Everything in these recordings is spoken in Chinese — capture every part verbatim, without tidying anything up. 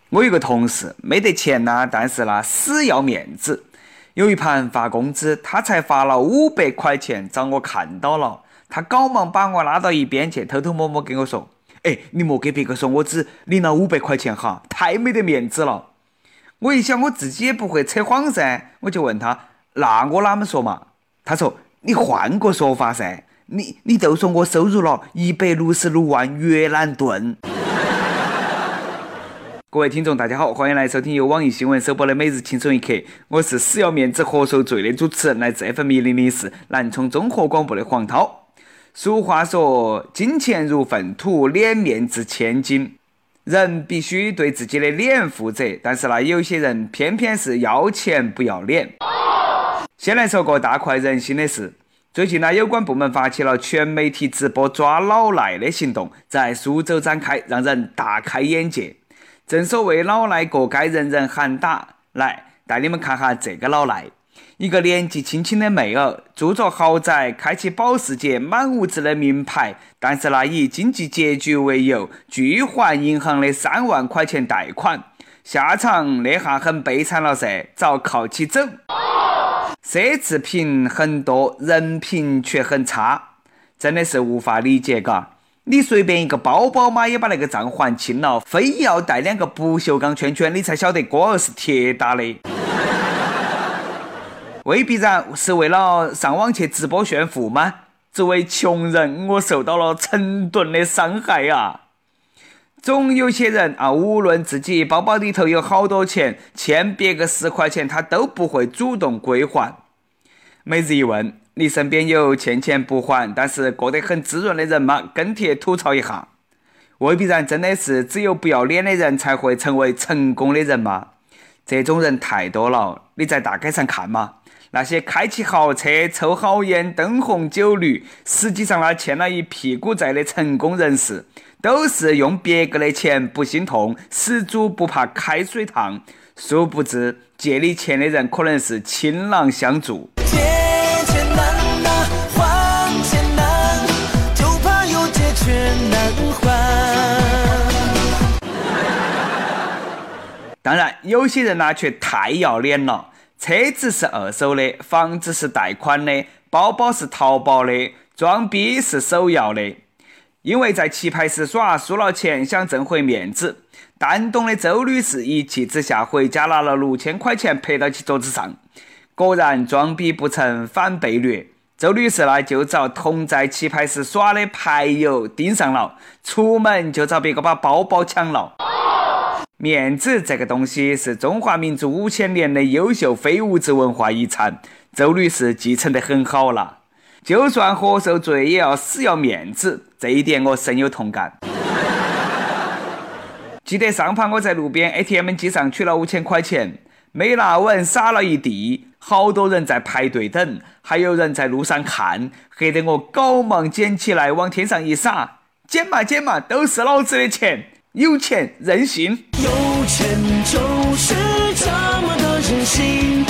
我有个同事没得钱呐、啊，但是呢死要面子。有一盘发工资，他才发了五百块钱，找我看到了，他赶忙把我拉到一边去，偷偷摸摸跟我说：“哎，你莫给别个说我只领了五百块钱哈，太没得面子了。”我一想我自己也不会扯谎噻，我就问他：“那我哪么说嘛？”他说：“你换个说法噻，你你就说我收入了一百六十六万越南盾。”各位听众大家好，欢迎来收听由网易新闻首播的每日轻松一刻，我是死要面子活受罪的主持人，来自 F M 一零零四南充综合广播的黄涛。俗话说，金钱如粪土，脸面值千金。人必须对自己的脸负责，但是呢，有些人偏偏是要钱不要脸。先来说个大快人心的事。最近呢，有关部门发起了全媒体直播抓老赖的行动，在苏州展开，让人大开眼界。正所谓老赖过街人人喊打，来带你们看下这个老赖。一个年纪轻轻的妹儿，住着豪宅，开起保时捷，满屋子的名牌，但是呢，以经济拮据为由，拒还银行的三万块钱贷款，下场那下很悲惨了噻，遭铐起走。奢侈品很多，人品却很差，真的是无法理解嘎。你随便一个包包嘛，也把那个账还清了，非要带两个不锈钢圈圈，你才晓得锅儿是铁打的。未必然是为了上网去直播炫富吗？作为穷人，我受到了成吨的伤害啊！总有些人啊，无论自己包包里头有好多钱，欠别个十块钱，他都不会主动归还。每日一问，你身边有欠钱不还，但是过得很滋润的人吗？跟帖吐槽一下。未必然真的是只有不要脸的人才会成为成功的人吗？这种人太多了，你在大街上看嘛。那些开起豪车、抽好烟、灯红酒绿，实际上呢欠了一屁股债的成功人士，都是用别个的钱不心痛，死猪不怕开水烫。殊不知，借你钱的人可能是倾囊相助。借钱难啊，还钱难，就怕有借却难还。当然，有些人呢却太要脸了。车子是二手的，房子是贷款的，包包是淘宝的，装逼是首要的。因为在棋牌室耍输了钱，想挣回面子，丹东的周女士一气之下回家拿了六千块钱赔到起桌子上，果然装逼不成反被虐。周女士呢就找同在棋牌室耍的牌友盯上了，出门就找别个把包包抢了。面子这个东西是中华民族五千年的优秀非物质文化遗产，周女士继承得很好了。就算活受罪，也要死要面子，这一点我深有同感。记得上盘我在路边 A T M 机上取了五千块钱，没拿稳，撒了一地，好多人在排队等，还有人在路上看，黑得我赶忙捡起来往天上一撒，捡嘛捡嘛，都是老子的钱。有钱任性，有钱就是这么的任性。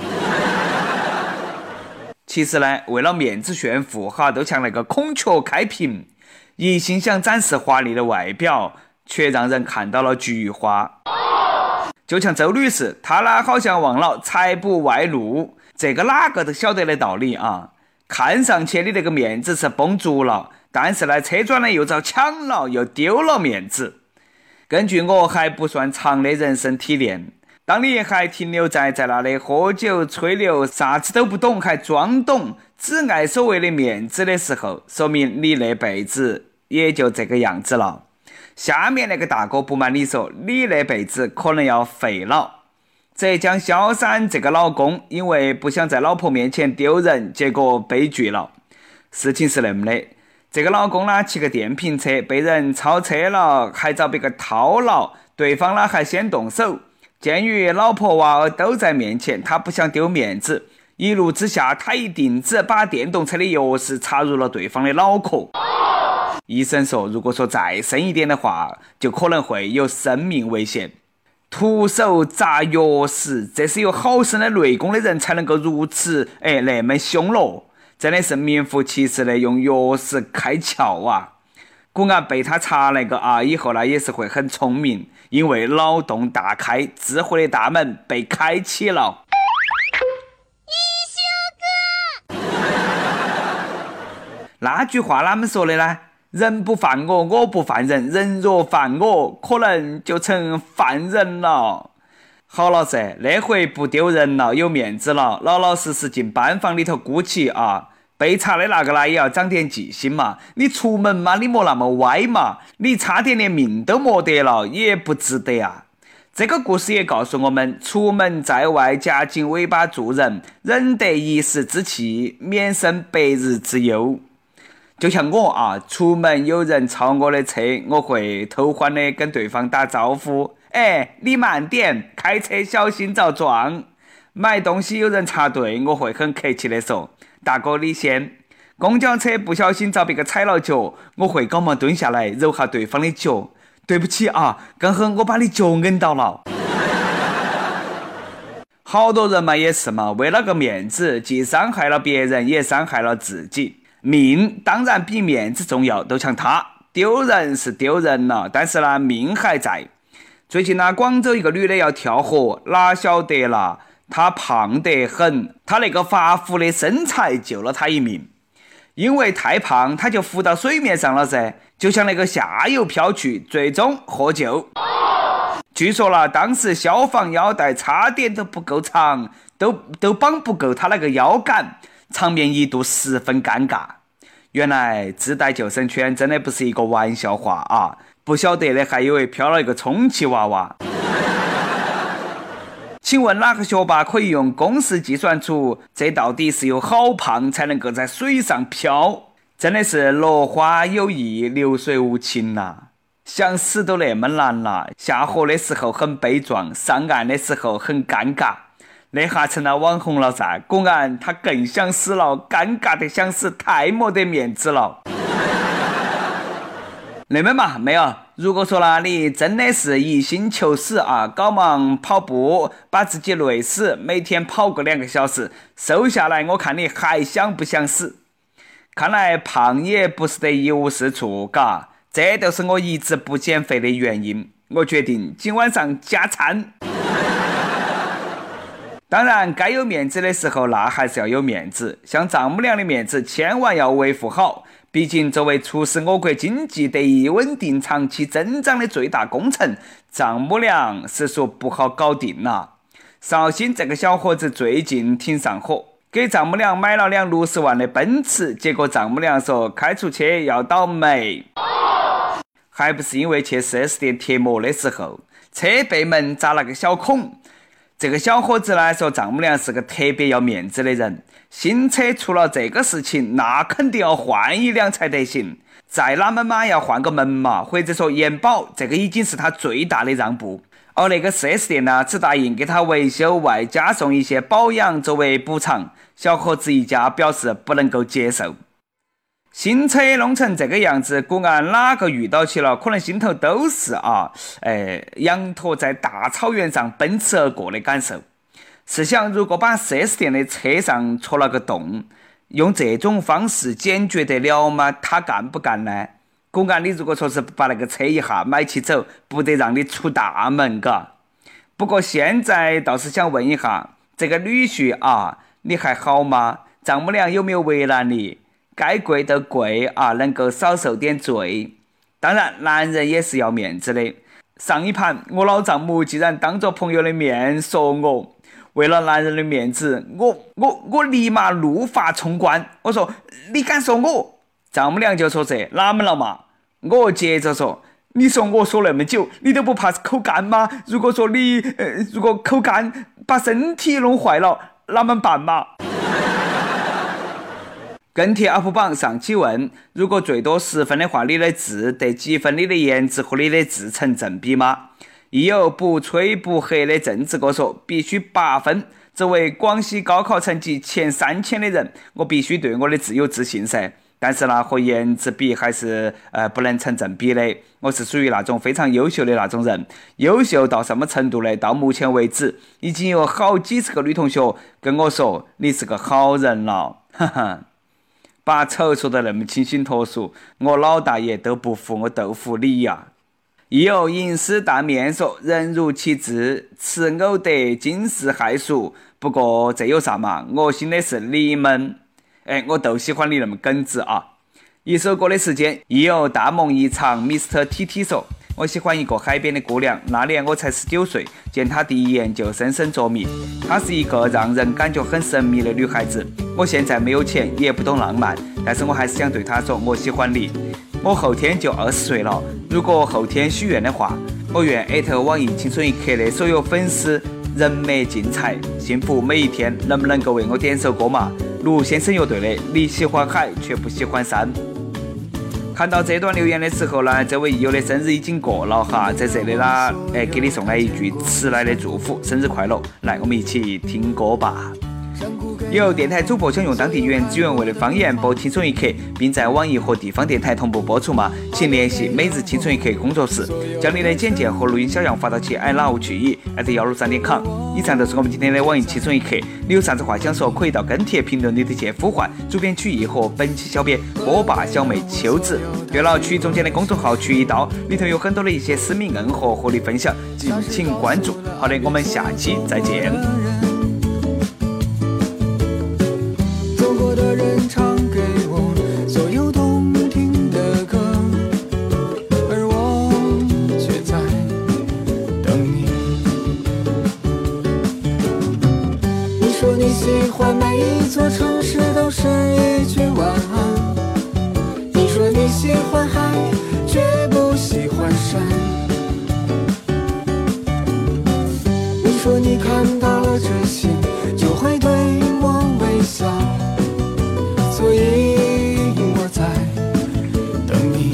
其实呢，为了面子炫富哈，都像那个孔雀开屏，一心想展示华丽的外表，却让人看到了菊花。就像周女士，她呢好像忘了财不外露，这个哪个都晓得的道理啊。看上去你那个面子是绷足了，但是呢，车转呢又遭抢了，又丢了面子。根据我还不算长的人生体验，当你还停留在在那里喝酒吹牛，啥子都不懂还装懂，只爱所谓的面子的时候，说明你那辈子也就这个样子了。下面那个大哥不瞒你说，你那辈子可能要废了。浙江萧山这个老公因为不想在老婆面前丢人，结果悲剧了。事情是那么的，这个老公呢骑个电瓶车被人超车了，还遭别个掏了，对方呢还先动手。鉴于老婆娃儿都在面前，他不想丢面子，一怒之下他一定只把电动车的钥匙插入了对方的脑壳。医生说，如果说再深一点的话，就可能会有生命危险。徒手砸钥匙，这是有好深的内功的人才能够如此哎那么凶咯。真的是名副其实的用钥匙开窍啊！果然被他查那个啊，以后呢也是会很聪明， 因为脑洞大开，智慧的大门被开启了。一休哥，那句话哪么说的呢？人不犯我，我不犯人，人若犯我，可能就成犯人了。好了噻，那回不丢人了，有面子了，老老实实进班房里头鼓起啊。被查的那个呢，也要长点记性嘛。你出门嘛，你莫那么歪嘛。你差点连命都没得了，也不值得啊。这个故事也告诉我们，出门在外，夹紧尾巴做人，忍得一时之气，免生百日之忧。就像我啊，出门有人超我的车，我会偷欢的跟对方打招呼，哎，你慢点，开车小心遭撞。买东西有人插队，我会很客气的说，大哥你先。公交车不小心遭别个踩了脚，我会赶忙蹲下来揉下对方的脚，对不起啊，刚好我把你脚摁到了。好多人嘛也是嘛，为了个面子，既伤害了别人，也伤害了自己。命当然比面子重要，都像他丢人是丢人了，但是呢命还在。最近呢，广州一个女的要跳河，哪晓得啦，她胖得很，她那个发福的身材救了她一命。因为太胖，她就浮到水面上了噻，就像那个下游漂去，最终获救。据说啦，当时消防腰带差点都不够长，都都绑不够她那个腰杆，场面一度十分尴尬。原来自带救生圈真的不是一个玩笑话啊！不晓得的还以为飘了一个充气娃娃。请问哪个学霸可以用公式计算出这到底是有好胖才能够在水上漂？真的是落花有意，流水无情呐、啊！想死都那么难了，下河的时候很悲壮，上岸的时候很尴尬。那下成了网红了噻，果然他更想死了，尴尬的想死，太没得面子了。那么嘛，没有。如果说呢，你真的是一心求死啊，搞忙跑步，把自己累死，每天跑个两个小时，瘦下来，我看你还想不想死？看来胖也不是得一无是处，嘎，这都是我一直不减肥的原因。我决定今晚上加餐。当然，该有面子的时候，那还是要有面子。像丈母娘的面子，千万要维护好。毕竟，作为促使我国经济得以稳定、长期增长的最大功臣，丈母娘是说不好搞定了。绍兴这个小伙子最近挺上火，给丈母娘买了辆六十万的奔驰，结果丈母娘说开出去要倒霉，还不是因为去 四 S 店贴膜的时候，车背门扎了个小孔。这个小伙子呢说丈母娘是个特别要面子的人，新车出了这个事情，那肯定要换一辆才得行。再哪门嘛要换个门嘛，或者说延保，这个已经是他最大的让步。而那个 四 S 店呢，只答应给他维修，外加送一些保养作为补偿。小伙子一家表示不能够接受。新车弄成这个样子，果然哪个遇到起了，可能心头都是啊，哎，羊驼在大草原上奔驰而过的感受。试想，如果把 四 S 店的车上戳了个洞，用这种方式解决得了吗？他干不干呢？果然，你如果说是把那个车一下买起走，不得让你出大门，嘎。不过现在倒是想问一下，这个女婿啊，你还好吗？丈母娘有没有为难你？该贵的贵啊，能够少受点罪。当然，男人也是要面子的。上一盘，我老丈母既然当着朋友的面说我，为了男人的面子，我我我立马怒发冲冠。我说你敢说我？丈母娘就说这哪门了嘛？我接着说，你说我说那么久，你都不怕口干吗？如果说你呃，如果口干把身体弄坏了，哪门办嘛？跟帖 U P 榜上期问，如果最多十分的话，你的字得几分？你的颜值和你的字成正比吗？亦有不吹不黑的政治哥说必须八分。作为广西高考成绩前三千的人，我必须对我的字有自信噻。但是呢，和颜值比还是呃不能成正比的。我是属于那种非常优秀的那种人，优秀到什么程度呢？到目前为止，已经有好几十个女同学跟我说你是个好人了，哈哈。把丑说得那么清新脱俗，我老大爷都不服我豆腐你呀！ 亦有吟诗大面说：“人如其志，此偶得，惊世骇俗。”不过这有啥嘛？恶心的是你们。哎，我都喜欢你那么耿直啊！一首歌的时间，亦有大梦一场 Mister T T 说：“我喜欢一个海边的姑娘，那年我才十九岁，见她第一眼就深深着迷。她是一个让人感觉很神秘的女孩子。我现在没有钱，也不懂浪漫，但是我还是想对她说，我喜欢你。我后天就二十岁了，如果后天许愿的话，我愿艾特网易青春一刻的所有粉丝人脉尽财，幸福每一天。能不能够为我点首歌嘛？卢先生乐队的《你喜欢海却不喜欢山》。”看到这段留言的时候呢，这位益友的生日已经过了哈，在这里啦，哎，给你送来一句迟来的祝福，生日快乐！来，我们一起听歌吧。有电台主播想用当地原汁原味的方言播《青春一刻》，并在网易和地方电台同步播出吗？请联系每日青春一刻工作室，将你的简介和录音小样发到其 i love 去一 at 一六三点 com。以上就是我们今天的网易青春一刻，你有啥子话想说，可以到跟帖评论里头去呼唤主编曲艺和本期小编波霸小妹秋子。对了，曲艺中间的公众号曲一刀里头有很多的一些私密硬货和你分享，敬请关注。好的，我们下期再见。 的人唱给我所有动听的歌，而我却在等你。你说你喜欢每一座城市都是一句晚安，你说你喜欢海绝不喜欢山，你说你看到了这些就会对我微笑，所以我在等你。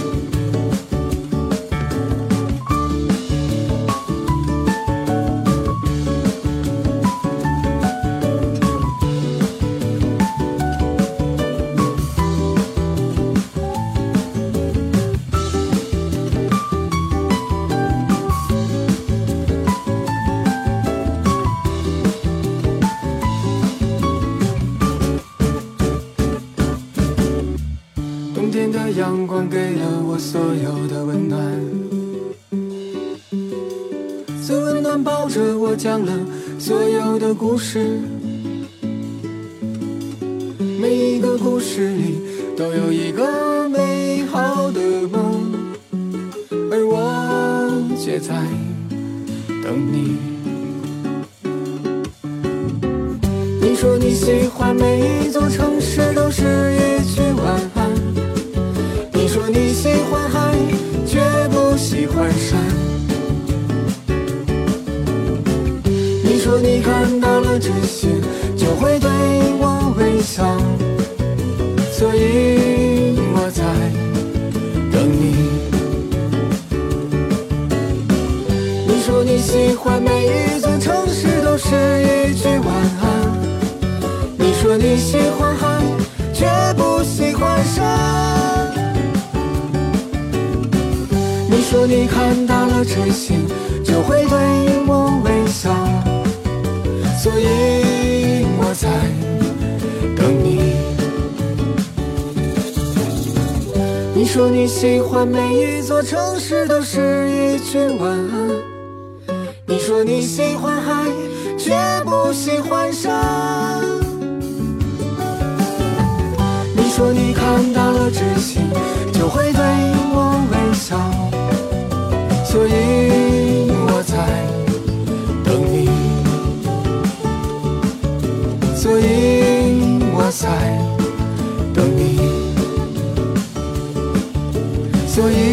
冬天的阳光给了我所有的温暖，最温暖抱着我讲了所有的故事，每一个故事里都有一个美好的梦，而我却在等你。你说你喜欢每一座城市都是一句晚安，你说你喜欢海绝不喜欢山，你说你看到了这些就会对我微笑，所以我在等你。你说你喜欢每一座城市都是一句晚安，你说你喜欢海绝不喜欢山，你说你看到了这些就会对我微笑，所以我在等你。你说你喜欢每一座城市都是一句晚安，你说你喜欢海绝不喜欢山，你说你看到了这些就会对我微笑，所以我在等你，所以我在等你，所以